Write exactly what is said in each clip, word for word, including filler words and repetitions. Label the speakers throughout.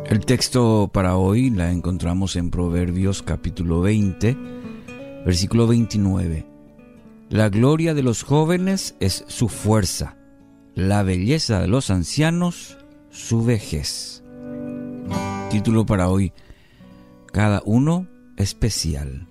Speaker 1: El texto para hoy la encontramos en Proverbios capítulo veinte, versículo veintinueve. La gloria de los jóvenes es su fuerza, la belleza de los ancianos su vejez. Título para hoy: cada uno especial.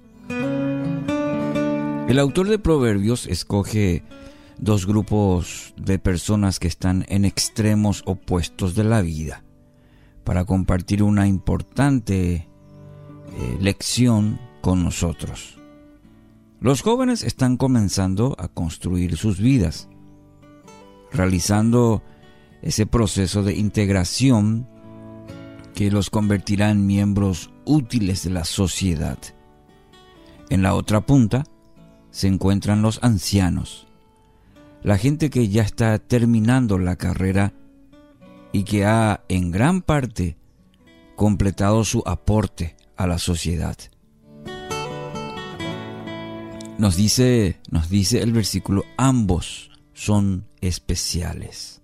Speaker 1: El autor de Proverbios escoge dos grupos de personas que están en extremos opuestos de la vida para compartir una importante eh, lección con nosotros. Los jóvenes están comenzando a construir sus vidas, realizando ese proceso de integración que los convertirá en miembros útiles de la sociedad. En la otra punta se encuentran los ancianos, la gente que ya está terminando la carrera y que ha en gran parte completado su aporte a la sociedad. Nos dice, nos dice el versículo, ambos son especiales.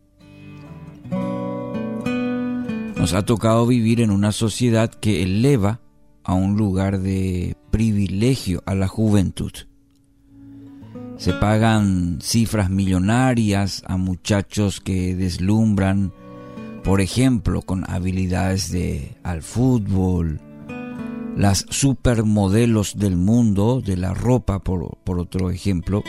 Speaker 1: Nos ha tocado vivir en una sociedad que eleva a un lugar de privilegio a la juventud. Se pagan cifras millonarias a muchachos que deslumbran, por ejemplo, con habilidades de al fútbol, las supermodelos del mundo de la ropa, por, por otro ejemplo.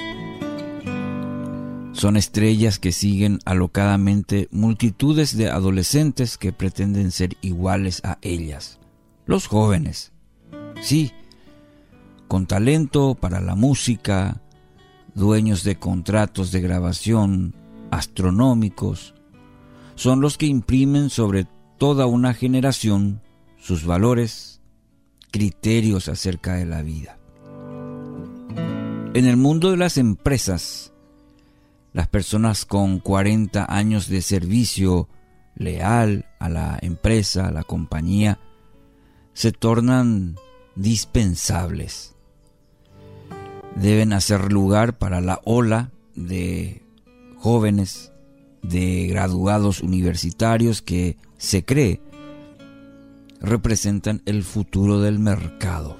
Speaker 1: Son estrellas que siguen alocadamente multitudes de adolescentes que pretenden ser iguales a ellas. Los jóvenes, sí, con talento para la música, dueños de contratos de grabación astronómicos, son los que imprimen sobre toda una generación sus valores, criterios acerca de la vida. En el mundo de las empresas, las personas con cuarenta años de servicio leal a la empresa, a la compañía, se tornan dispensables. Deben hacer lugar para la ola de jóvenes, de graduados universitarios que se cree representan el futuro del mercado.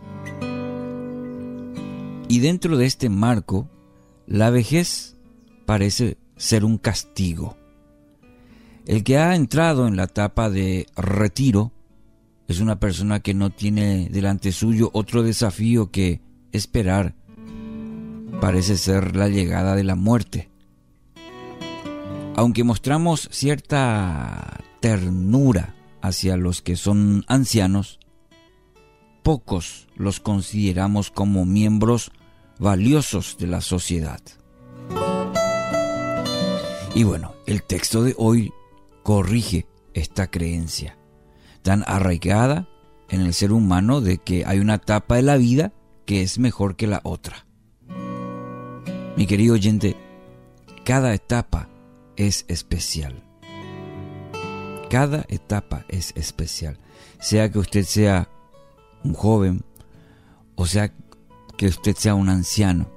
Speaker 1: Y dentro de este marco, la vejez parece ser un castigo. El que ha entrado en la etapa de retiro es una persona que no tiene delante suyo otro desafío que esperar. Parece ser la llegada de la muerte. Aunque mostramos cierta ternura hacia los que son ancianos, pocos los consideramos como miembros valiosos de la sociedad. Y bueno, el texto de hoy corrige esta creencia tan arraigada en el ser humano de que hay una etapa de la vida que es mejor que la otra. Mi querido oyente, cada etapa es especial. Cada etapa es especial. Sea que usted sea un joven o sea que usted sea un anciano,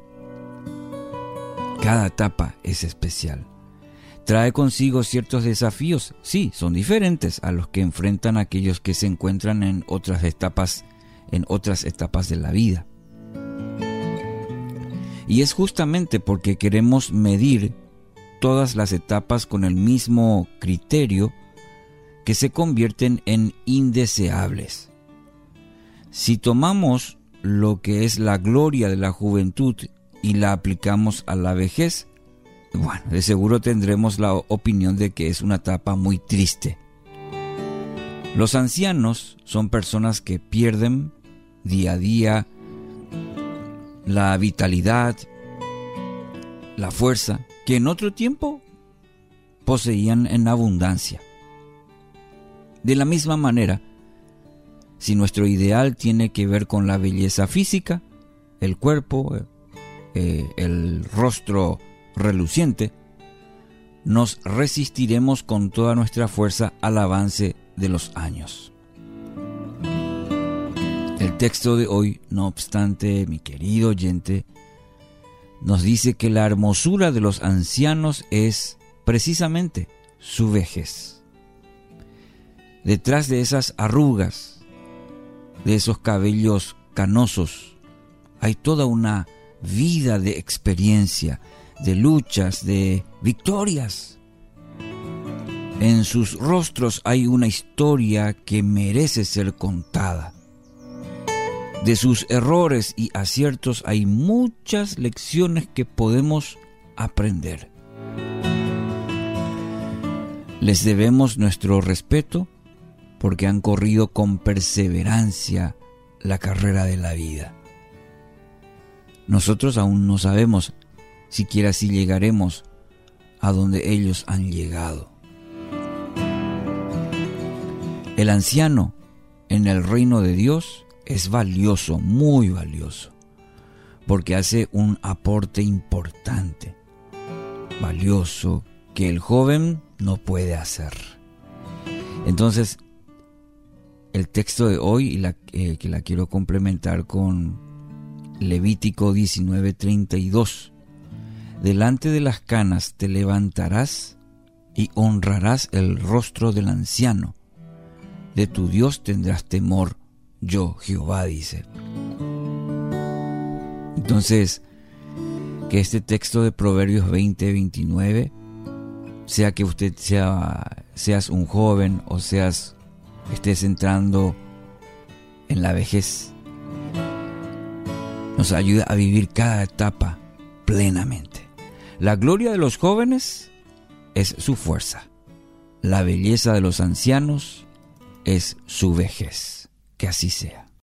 Speaker 1: cada etapa es especial. Trae consigo ciertos desafíos, sí, son diferentes a los que enfrentan aquellos que se encuentran en otras etapas, en otras etapas de la vida. Y es justamente porque queremos medir todas las etapas con el mismo criterio que se convierten en indeseables. Si tomamos lo que es la gloria de la juventud y la aplicamos a la vejez, bueno, de seguro tendremos la opinión de que es una etapa muy triste. Los ancianos son personas que pierden día a día la vitalidad, la fuerza que en otro tiempo poseían en abundancia. De la misma manera, si nuestro ideal tiene que ver con la belleza física, el cuerpo, eh, el rostro reluciente, nos resistiremos con toda nuestra fuerza al avance de los años. El texto de hoy, no obstante, mi querido oyente, nos dice que la hermosura de los ancianos es precisamente su vejez. Detrás de esas arrugas, de esos cabellos canosos, hay toda una vida de experiencia, de luchas, de victorias. En sus rostros hay una historia que merece ser contada. De sus errores y aciertos hay muchas lecciones que podemos aprender. Les debemos nuestro respeto porque han corrido con perseverancia la carrera de la vida. Nosotros aún no sabemos siquiera si llegaremos a donde ellos han llegado. El anciano en el reino de Dios es valioso, muy valioso, porque hace un aporte importante, valioso, que el joven no puede hacer. Entonces, el texto de hoy, y la, eh, que la quiero complementar con Levítico diecinueve treinta y dos. Delante de las canas te levantarás y honrarás el rostro del anciano. De tu Dios tendrás temor, yo Jehová, dice. Entonces, que este texto de Proverbios veinte veintinueve, sea que usted sea, seas un joven o seas, estés entrando en la vejez, nos ayuda a vivir cada etapa plenamente. La gloria de los jóvenes es su fuerza. La belleza de los ancianos es su vejez. Que así sea.